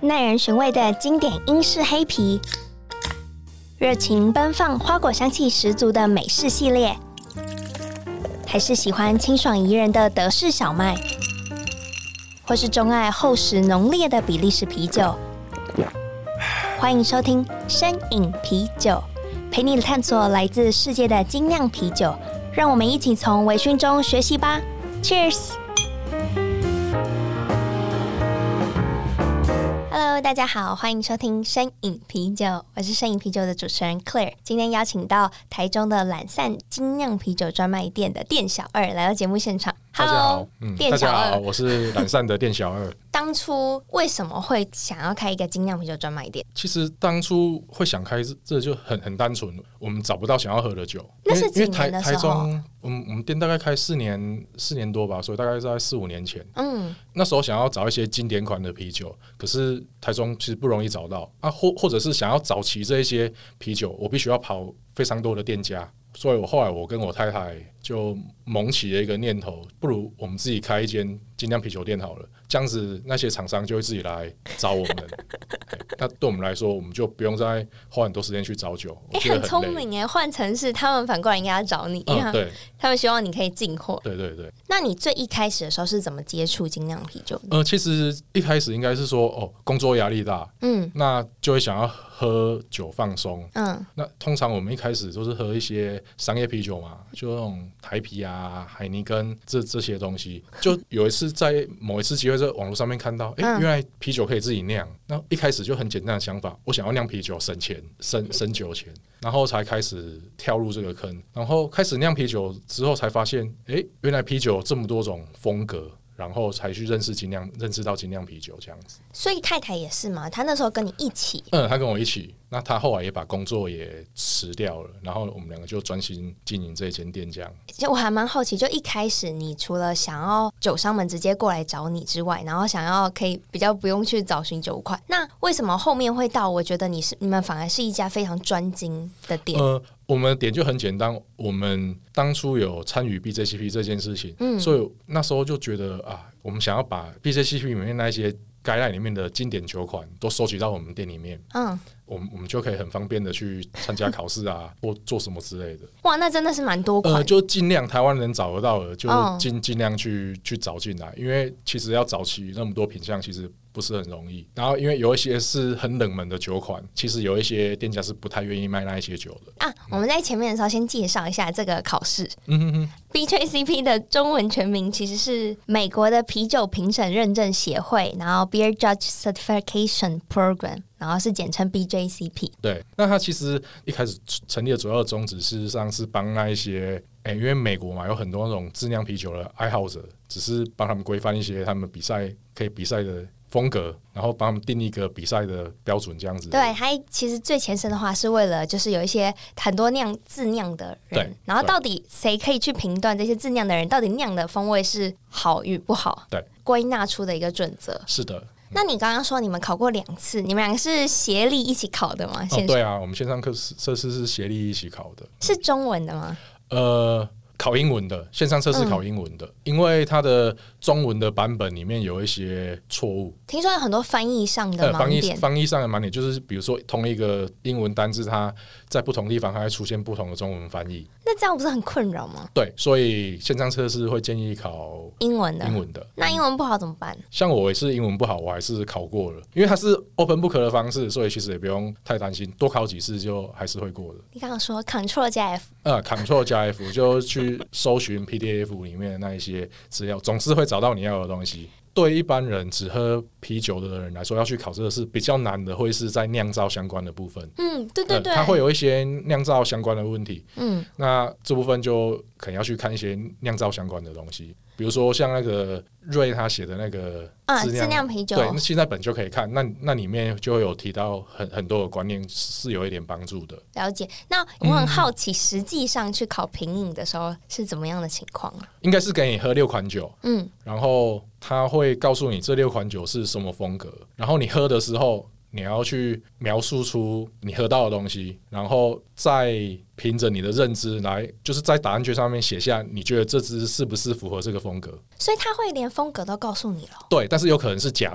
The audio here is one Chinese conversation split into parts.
耐人寻味的经典英式黑啤，热情奔放、花果香气十足的美式系列，还是喜欢清爽宜人的德式小麦，或是钟爱厚实浓烈的比利时啤酒。欢迎收听深饮啤酒，陪你探索来自世界的精酿啤酒，让我们一起从微醺中学习吧。Cheers！Hello， 大家好，欢迎收听深饮啤酒，我是深饮啤酒的主持人 Claire。今天邀请到台中的懒散精酿啤酒专卖店的店小二来到节目现场。 大家好， 店小二， 大家好，我是懒散的店小二。 当初为什么会想要开一个精酿啤酒专卖店？ 其实当初会想开这就很单纯，我们找不到想要喝的酒。 那是几年的时候？ 台中，我们店大概开4年多吧，所以大概在4-5年前。那时候想要找一些经典款的啤酒，可是台中其实不容易找到啊，或者是想要找齐这一些啤酒，我必须要跑非常多的店家。所以后来我跟我太太就萌起了一个念头，不如我们自己开一间精酿啤酒店好了，这样子那些厂商就会自己来找我们。那对我们来说，我们就不用再花很多时间去找酒。 很聪明耶，换成是他们反过来应该要找你， 对， 他们希望你可以进货。 对对对。 那你最一开始的时候是怎么接触精酿啤酒的？ 其实一开始应该是说，工作压力大，那就会想要喝酒放松。那通常我们一开始都是喝一些商业啤酒嘛，就那种台啤啊、海尼根这些东西。就有一次在某一次机会在网络上面看到，原来啤酒可以自己酿。那一开始就很简单的想法，我想要酿啤酒省钱，省酒钱，然后才开始跳入这个坑。然后开始酿啤酒之后，才发现，原来啤酒有这么多种风格。然后才去认识到精酿啤酒这样子。所以太太也是吗？她那时候跟你一起？ 她跟我一起。那她后来也把工作也辞掉了，然后我们两个就专心经营这间店这样。 我还蛮好奇，就一开始你除了想要酒商们直接过来找你之外，然后想要可以比较不用去找寻酒款，那为什么后面会到我觉得你们反而是一家非常专精的店？ 我们的点就很简单，我们当初有参与 BJCP 这件事情，所以那时候就觉得我们想要把 BJCP 里面那一些guideline里面的经典酒款都收集到我们店里面，我们就可以很方便的去参加考试啊，或做什么之类的。 哇，那真的是蛮多款。 就尽量台湾人找得到的，就尽量去找进来，因为其实要找齐那么多品项，其实不是很容易。然后因为有一些是很冷门的酒款，其实有一些店家是不太愿意卖那一些酒的。 我们在前面的时候先介绍一下这个考试。BJCP 的中文全名其实是美国的啤酒评审认证协会，然后 Beer Judge Certification Program， 然后是简称 BJCP。 对，那它其实一开始成立的主要的宗旨，事实上是帮那一些因为美国嘛有很多那种自酿啤酒的爱好者，只是帮他们规范一些他们可以比赛的风格，然后帮他们定一个比赛的标准这样子。 对，它其实最前身的话是为了就是有一些很多自酿的人，然后到底谁可以去评断这些自酿的人到底酿的风味是好与不好，对，归纳出的一个准则。 是的。 那你刚刚说你们考过2次，你们两个是协力一起考的吗？ 对啊，我们线上测试是协力一起考的。 是中文的吗？ 考英文的，线上测试考英文的，因为它的中文的版本里面有一些错误。 听说有很多翻译上的盲点。 翻译上的盲点就是比如说同一个英文单字，它在不同地方它会出现不同的中文翻译。 那这样不是很困扰吗？ 对，所以线上测试会建议考英文的。 那英文不好怎么办？ 像我也是英文不好，我还是考过了，因为它是 open book 的方式，所以其实也不用太担心，多考几次就还是会过的。 你刚刚说 Ctrl 加 F。Ctrl 加 F 就去搜寻 PDF 里面的那一些资料，总是会找到你要的东西。对一般人只喝啤酒的人来说，要去考这个是比较难的，会是在酿造相关的部分。 对， 它会有一些酿造相关的问题。那这部分就可能要去看一些酿造相关的东西，比如说像那个瑞他写的那个自酿啤酒， 对，那现在本就可以看，那里面就会有提到很多的观念，是有一点帮助的。 了解。那我很好奇，实际上去考品饮的时候是怎么样的情况？ 应该是给你喝6款酒，然后他会告诉你这6款酒是什么风格，然后你喝的时候你要去描述出你喝到的东西，然后再凭着你的认知来，就是在答案卷上面写下你觉得这支是不是符合这个风格。 所以他会连风格都告诉你了？ 对，但是有可能是假的。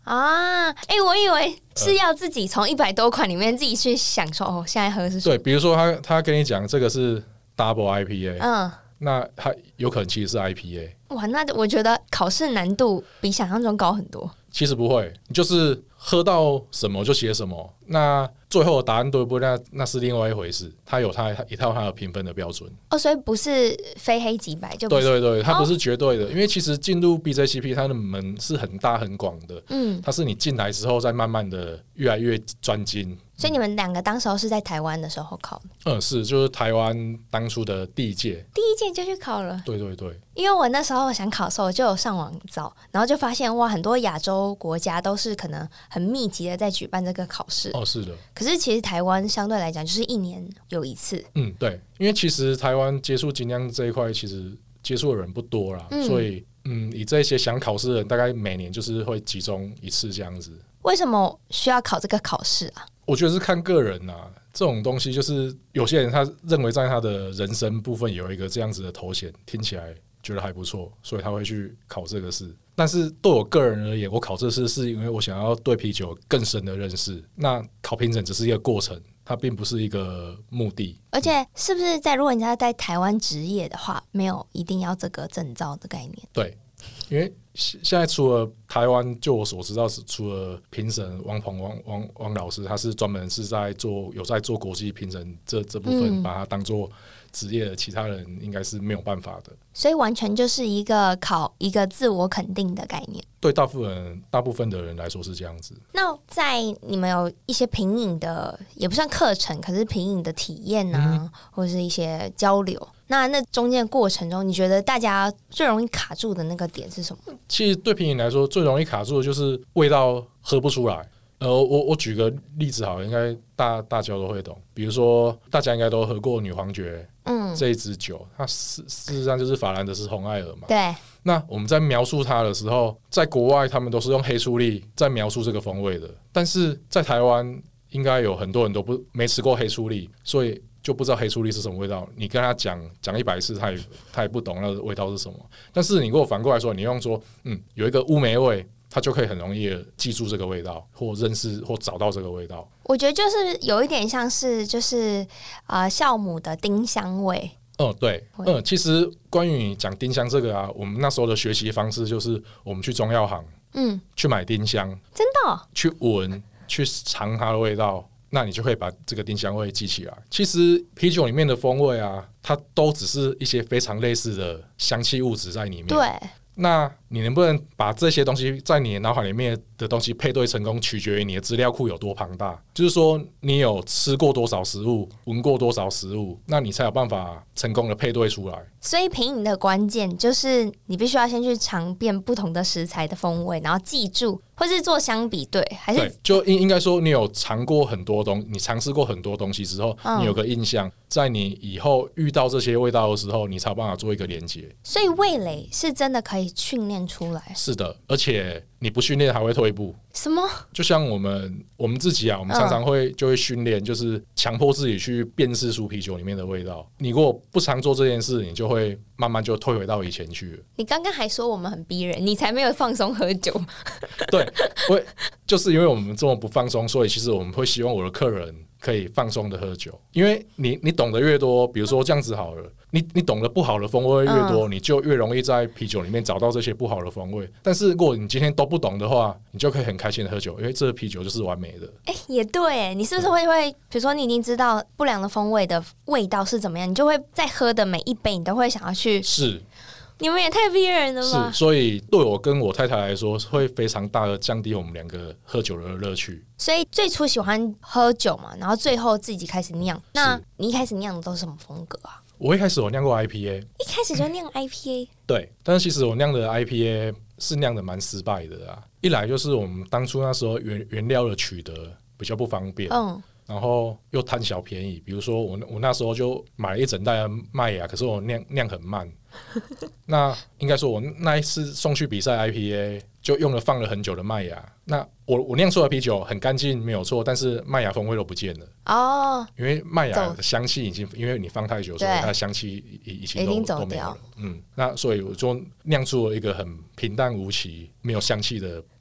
啊。我以为是要自己从100多款里面自己去想说现在喝是什么。 对，比如说他跟你讲这个是 Double IPA，那他有可能其实是 IPA。 哇，那我觉得考试难度比想象中高很多。 其实不会，你就是喝到什么就写什么，那最后的答案对不对？那是另外一回事，它有它一套它的评分的标准。 所以不是非黑即白，就不是。 对，它不是绝对的，因为其实进入 BJCP 它的门是很大很广的，它是你进来之后再慢慢的越来越专精。 所以你们2个当时候是在台湾的时候考的？ 是，就是台湾当初的第一届就去考了。 对， 因为我那时候想考的时候，我就有上网找，然后就发现哇，很多亚洲国家都是可能很密集的在举办这个考试。 是的。 可是其实台湾相对来讲，就是1年有一次。 对，因为其实台湾接触精酿这一块，其实接触的人不多啦，所以以这些想考试的人，大概每年就是会集中一次这样子。 为什么需要考这个考试啊？ 我觉得是看个人啊，这种东西就是有些人他认为在他的人生部分有一个这样子的头衔，听起来觉得还不错，所以他会去考这个试。但是对我个人而言，我考这试是因为我想要对啤酒更深的认识。那考评审只是一个过程，它并不是一个目的。 而且是不是如果人家在台湾职业的话，没有一定要这个证照的概念？ 对，因为现在除了台湾，就我所知道是除了评审王老师，他是专门是在做国际评审这部分，把它当做职业的，其他人应该是没有办法的。 所以完全就是一个考一个自我肯定的概念。 对大部分的人来说是这样子。 那在你们有一些品饮的，也不算课程，可是品饮的体验啊，或者是一些交流。那中间的过程中，你觉得大家最容易卡住的那个点是什么？ 其实对品饮来说，最容易卡住的就是味道喝不出来。我举个例子好了，应该大家都会懂。比如说，大家应该都喝过女皇爵，这一支酒，它事实上就是法兰德斯红艾尔嘛。 对。 那我们在描述它的时候，在国外他们都是用黑醋栗在描述这个风味的，但是在台湾应该有很多人都没吃过黑醋栗，所以就不知道黑醋栗是什么味道。你跟他讲100次，他也不懂那个味道是什么。但是你如果反过来说，你用说，有一个乌梅味，他就可以很容易记住这个味道，或认识或找到这个味道。 我觉得就是有一点像是酵母的丁香味。 对，其实关于你讲丁香这个啊，我们那时候的学习方式就是我们去中药行，去买丁香， 真的去闻，去尝它的味道，那你就可以把这个丁香味记起来。其实啤酒里面的风味啊，它都只是一些非常类似的香气物质在里面。 对。 那你能不能把这些东西在你的脑海里面的东西配对成功，取决于你的资料库有多庞大。就是说，你有吃过多少食物，闻过多少食物，那你才有办法成功的配对出来。 所以品饮的关键就是你必须要先去尝遍不同的食材的风味，然后记住，或是做相比对，还是对，就应该说你有尝过很多你尝试过很多东西之后，你有个印象，在你以后遇到这些味道的时候，你才有办法做一个连结。 所以味蕾是真的可以训练出来。 是的，而且你不训练还会退步。 什么？ 就像我们自己啊，我们常常就会训练，就是强迫自己去辨识出啤酒里面的味道。你如果不常做这件事，你就会慢慢就退回到以前去了。 你刚刚还说我们很逼人，你才没有放松喝酒。 对，就是因为我们这么不放松，所以其实我们会希望我的客人可以放松的喝酒。因为你懂得越多，比如说这样子好了，你懂得不好的风味越多，你就越容易在啤酒里面找到这些不好的风味。但是如果你今天都不懂的话，你就可以很开心的喝酒，因为这个啤酒就是完美的。 也对，你是不是会比如说你已经知道不良的风味的味道是怎么样，你就会在喝的每一杯你都会想要去。 是。 你们也太逼人了吧！ 是，所以对我跟我太太来说，会非常大的降低我们两个喝酒的乐趣。 所以最初喜欢喝酒嘛，然后最后自己开始酿。那你一开始酿的都是什么风格啊？ 我一开始有酿过 IPA， 一开始就酿 IPA。 对，但是其实我酿的 IPA 是酿的蛮失败的啊。一来就是我们当初那时候原料的取得比较不方便，然后又贪小便宜。比如说我那时候就买了一整袋的麦芽，可是我酿很慢。那应该说我那一次送去比赛 IPA 就放了很久的麦芽。那我酿出的啤酒很干净没有错，但是麦芽风味都不见了。因为麦芽的香气已经因为你放太久，所以它的香气已经都没有了。那所以我就酿出了一个很平淡无奇、没有香气的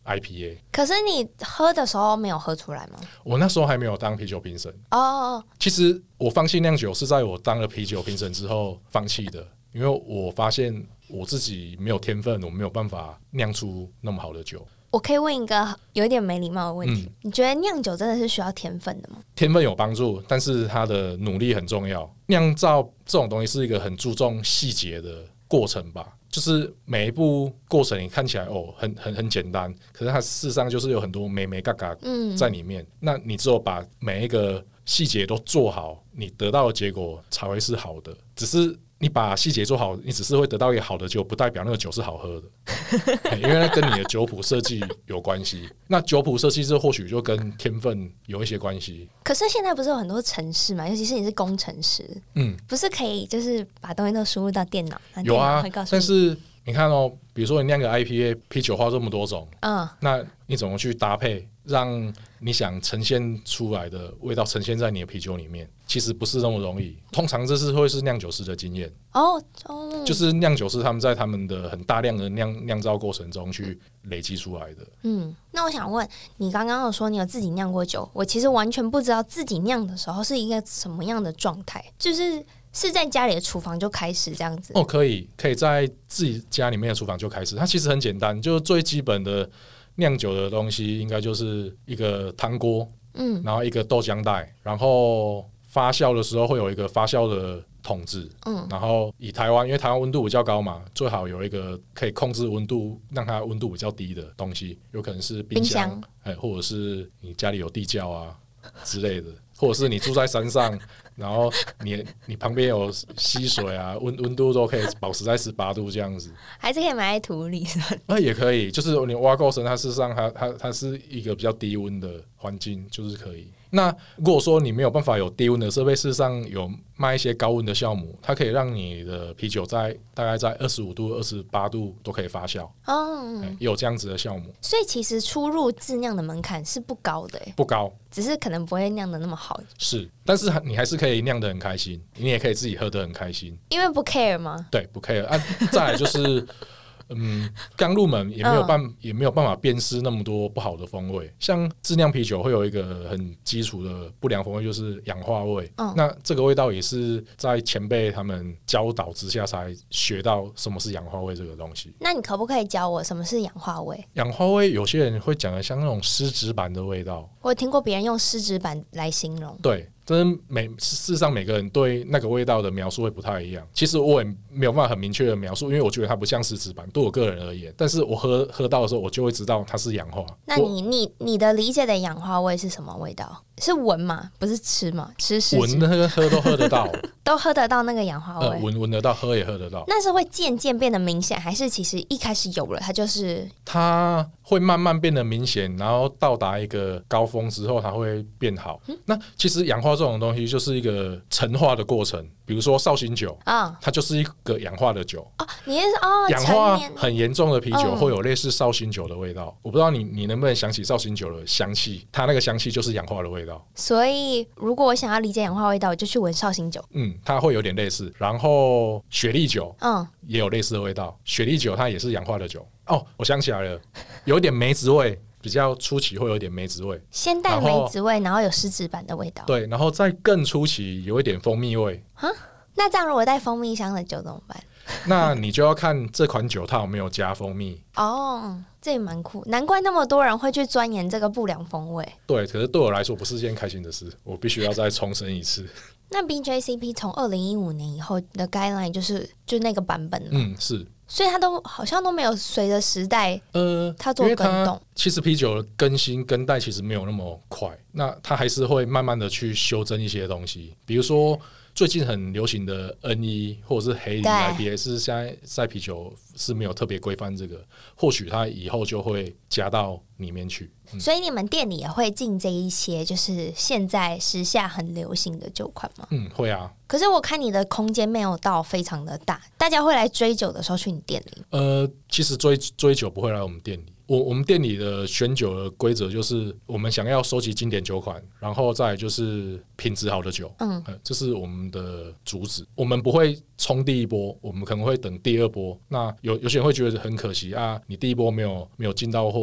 IPA。 可是你喝的时候没有喝出来吗？ 我那时候还没有当啤酒评审哦。 其实我放弃酿酒是在我当了啤酒评审之后放弃的，因为我发现我自己没有天分，我没有办法酿出那么好的酒。 我可以问一个有一点没礼貌的问题，你觉得酿酒真的是需要天分的吗？ 天分有帮助，但是它的努力很重要。酿造这种东西是一个很注重细节的过程吧，就是每一步过程你看起来很简单，可是它事实上就是有很多眉眉角角在里面。那你只有把每一个细节都做好，你得到的结果才会是好的。只是你把细节做好，你只是会得到一个好的酒，不代表那个酒是好喝的因为那跟你的酒谱设计有关系。那酒谱设计这或许就跟天分有一些关系。 可是现在不是有很多程式嘛，尤其是你是工程师，不是可以就是把东西都输入到电脑， 有啊， 会告诉你。 但是你看哦，比如说你酿个 IPA， 啤酒花这么多种，那你怎么去搭配，让你想呈现出来的味道呈现在你的啤酒里面？其实不是那么容易。通常这是会是酿酒师的经验就是酿酒师他们在他们的很大量的酿造过程中去累积出来的。 那我想问你，刚刚有说你有自己酿过酒，我其实完全不知道自己酿的时候是一个什么样的状态，是在家里的厨房就开始这样子？可以在自己家里面的厨房就开始。它其实很简单，就最基本的酿酒的东西，应该就是一个汤锅，然后一个豆浆袋，然后发酵的时候会有一个发酵的桶子，然后以台湾，因为台湾温度比较高嘛，最好有一个可以控制温度，让它温度比较低的东西，有可能是冰箱，或者是你家里有地窖啊之类的，或者是你住在山上。然后你旁边有溪水啊，温度都可以保持在18度这样子， 还是可以埋在土里也可以，就是你挖够深，它事实上它是一个比较低温的环境，就是可以。那如果说你没有办法有低温的设备，事实上有卖一些高温的酵母，它可以让你的啤酒大概在25度、28度都可以发酵。也有这样子的酵母。 所以其实初入自酿的门槛是不高的不高， 只是可能不会酿的那么好。 是，但是你还是可以酿得很开心，你也可以自己喝得很开心。 因为不 care 吗？ 对，不 care。再来就是刚入门也没有办法辨识那么多不好的风味。像自酿啤酒会有一个很基础的不良风味，就是氧化味。那这个味道也是在前辈他们教导之下才学到什么是氧化味这个东西。 那你可不可以教我什么是氧化味？ 氧化味有些人会讲的像那种湿纸板的味道。 我有听过别人用湿纸板来形容。 对，但是事实上每个人对那个味道的描述会不太一样。其实我也没有办法很明确的描述，因为我觉得它不像湿纸板，对我个人而言。但是我喝到的时候，我就会知道它是氧化。 那你的理解的氧化味是什么味道？是闻吗？不是吃吗？吃是闻那个喝都喝得到， 都喝得到那个氧化味。 闻得到，喝也喝得到。 那是会渐渐变得明显，还是其实一开始有了它会慢慢变得明显，然后到达一个高峰之后，它会变好。那其实氧化这种东西就是一个陈化的过程。比如说绍兴酒它就是一个氧化的酒。 你是氧化很严重的啤酒会有类似绍兴酒的味道。我不知道你能不能想起绍兴酒的香气，它那个香气就是氧化的味道。 所以如果我想要理解氧化味道，我就去闻绍兴酒。 它会有点类似。然后雪莉酒也有类似的味道。雪莉酒它也是氧化的酒。我想起来了，有点梅子味，比较初期会有点梅子味， 先带梅子味，然后有湿纸板的味道。 对，然后再更初期有一点蜂蜜味。 那这样如果带蜂蜜香的酒怎么办？ 那你就要看这款酒它有没有加蜂蜜。 这也蛮酷，难怪那么多人会去钻研这个不良风味。 对，可是对我来说不是件开心的事，我必须要再重申一次。 那 BJCP 从2015年以后的 guideline 就那个版本了。 是。 所以它都好像都没有随着时代它做更动。 其实啤酒的更新更代其实没有那么快，那它还是会慢慢的去修正一些东西。比如说最近很流行的 N1 或者是黑梨 IPA 是现在在啤酒是没有特别规范这个，或许它以后就会加到里面去。 所以你们店里也会进这一些就是现在时下很流行的酒款吗？ 会啊。 可是我看你的空间没有到非常的大，大家会来追酒的时候去你店里？ 其实追酒不会来我们店里。我们店里的选酒的规则就是我们想要收集经典酒款，然后再来就是品质好的酒。这是我们的主旨。我们不会冲第一波，我们可能会等第二波。那有些人会觉得很可惜啊，你第一波没有进到货，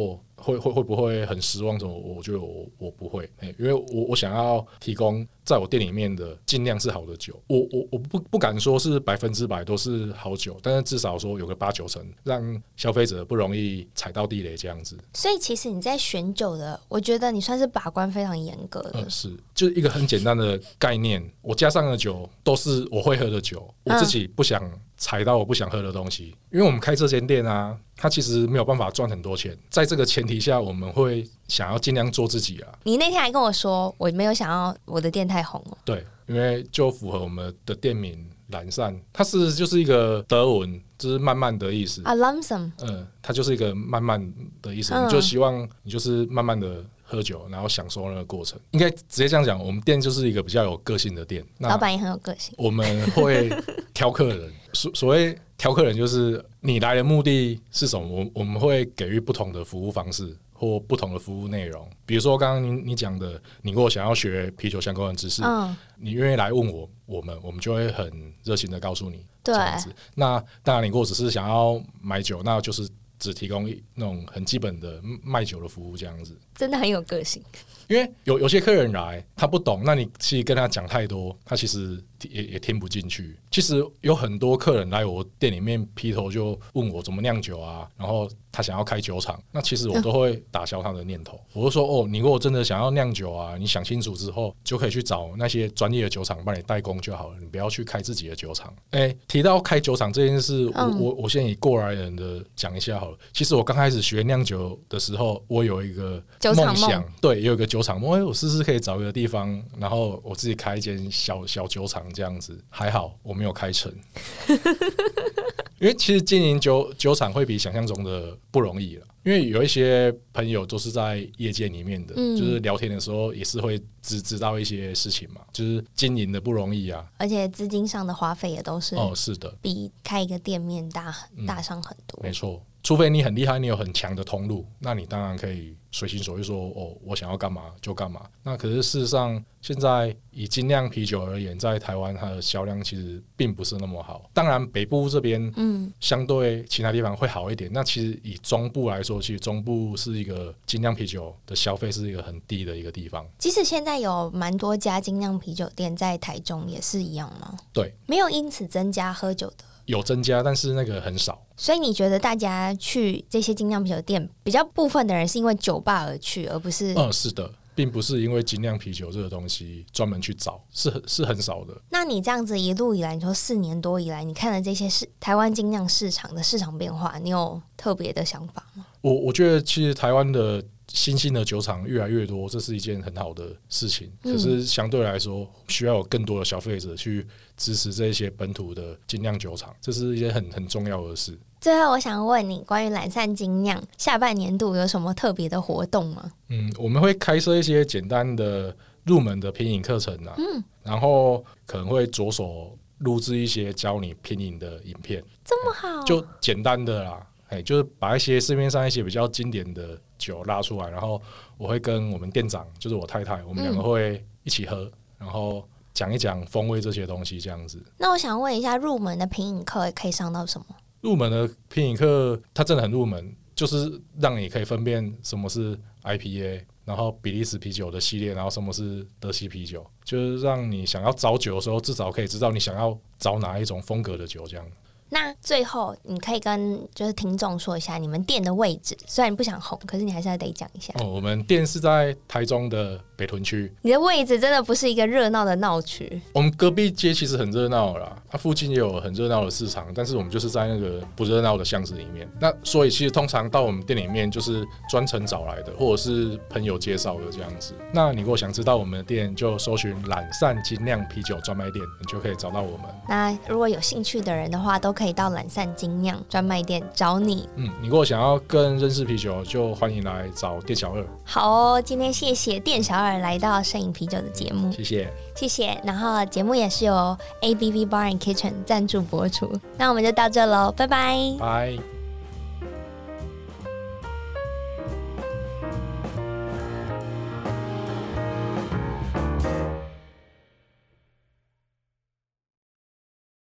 会不会很失望什么？我觉得我不会，因为我想要提供在我店里面的尽量是好的酒。我不敢说是100%都是好酒，但是至少说有个8-9成，让消费者不容易踩到地雷这样子。 所以其实你在选酒的，我觉得你算是把关非常严格的。 是，就是一个很简单的概念，我加上的酒都是我会喝的酒，我自己不想踩到我不想喝的东西。因为我们开这间店啊，它其实没有办法赚很多钱，在这个前提下，我们会想要尽量做自己啊。 你那天还跟我说，我没有想要我的店太红哦。 对，因为就符合我们的店名懒散，它就是一个德文，就是慢慢的意思啊 ，Langsam， 它就是一个慢慢的意思，你就希望你就是慢慢的喝酒，然后享受那个过程。应该直接这样讲，我们店就是一个比较有个性的店， 老板也很有个性。 我们会挑客人，所谓挑客人就是你来的目的是什么，我们会给予不同的服务方式或不同的服务内容。比如说刚刚你讲的，你如果想要学啤酒相关的知识，你愿意来问我们就会很热情的告诉你这样子。那当然，你如果只是想要买酒，那就是只提供那种很基本的卖酒的服务这样子。 真的很有个性。 因为有些客人来他不懂，那你其实跟他讲太多，他其实也听不进去。其实有很多客人来我店里面劈头就问我怎么酿酒啊，然后他想要开酒厂，那其实我都会打消他的念头。我就说你如果真的想要酿酒啊，你想清楚之后就可以去找那些专业的酒厂帮你代工就好了，你不要去开自己的酒厂。提到开酒厂这件事，我先以过来人的讲一下好了。其实我刚开始学酿酒的时候，我有一个梦想，对，也有一个酒厂梦，我试试可以找一个地方，然后我自己开一间小酒厂这样子。还好我没有开成，因为其实经营酒厂会比想象中的不容易了。因为有一些朋友都是在业界里面的，就是聊天的时候也是会知道一些事情嘛，就是经营的不容易啊， 而且资金上的花费也都是是的， 比开一个店面大上很多。 没错，除非你很厉害，你有很强的通路，那你当然可以随心所欲说我想要干嘛就干嘛。那可是事实上，现在以精酿啤酒而言，在台湾它的销量其实并不是那么好。当然北部这边相对其他地方会好一点。那其实以中部来说，其实中部是一个精酿啤酒的消费是一个很低的一个地方。 即使现在有蛮多家精酿啤酒店在台中也是一样吗？ 对， 没有因此增加喝酒的。 有增加，但是那个很少。 所以你觉得大家去这些精酿啤酒店，比较部分的人是因为酒吧而去，而不是？ 是的，并不是因为精酿啤酒这个东西专门去找，是很少的。 那你这样子一路以来，你说4年多以来，你看了这些台湾精酿市场的市场变化，你有特别的想法吗？ 我觉得其实台湾的新兴的酒厂越来越多，这是一件很好的事情。可是相对来说，需要有更多的消费者去支持这些本土的精酿酒厂，这是一件很重要的事。 最后我想问你，关于懒散精酿下半年度有什么特别的活动吗？ 我们会开设一些简单的入门的品饮课程啊，然后可能会着手录制一些教你品饮的影片。 这么好， 就简单的啦。就是把一些市面上一些比较经典的酒拉出来，然后我会跟我们店长，就是我太太，我们两个会一起喝，然后讲一讲风味这些东西这样子。 那我想问一下，入门的品饮课可以上到什么？ 入门的品饮课它真的很入门，就是让你可以分辨什么是 IPA， 然后比利时啤酒的系列，然后什么是德系啤酒，就是让你想要找酒的时候至少可以知道你想要找哪一种风格的酒这样。 那最后你可以跟就是听众说一下你们店的位置，虽然你不想红，可是你还是要得讲一下。 我们店是在台中的北屯区。 你的位置真的不是一个热闹的闹区。 我们隔壁街其实很热闹啦，它附近也有很热闹的市场，但是我们就是在那个不热闹的巷子里面。那所以其实通常到我们店里面就是专程找来的，或者是朋友介绍的这样子。那你如果想知道我们的店，就搜寻懒散精酿啤酒专卖店，你就可以找到我们。 那如果有兴趣的人的话，都可以到懒散精酿专卖店找你。 你如果想要更认识啤酒，就欢迎来找店小二。 好哦，今天谢谢店小二来到摄影啤酒的节目，谢谢。然后节目也是由 ABV Bar and Kitchen 赞助播出。那我们就到这喽，拜拜。 拜。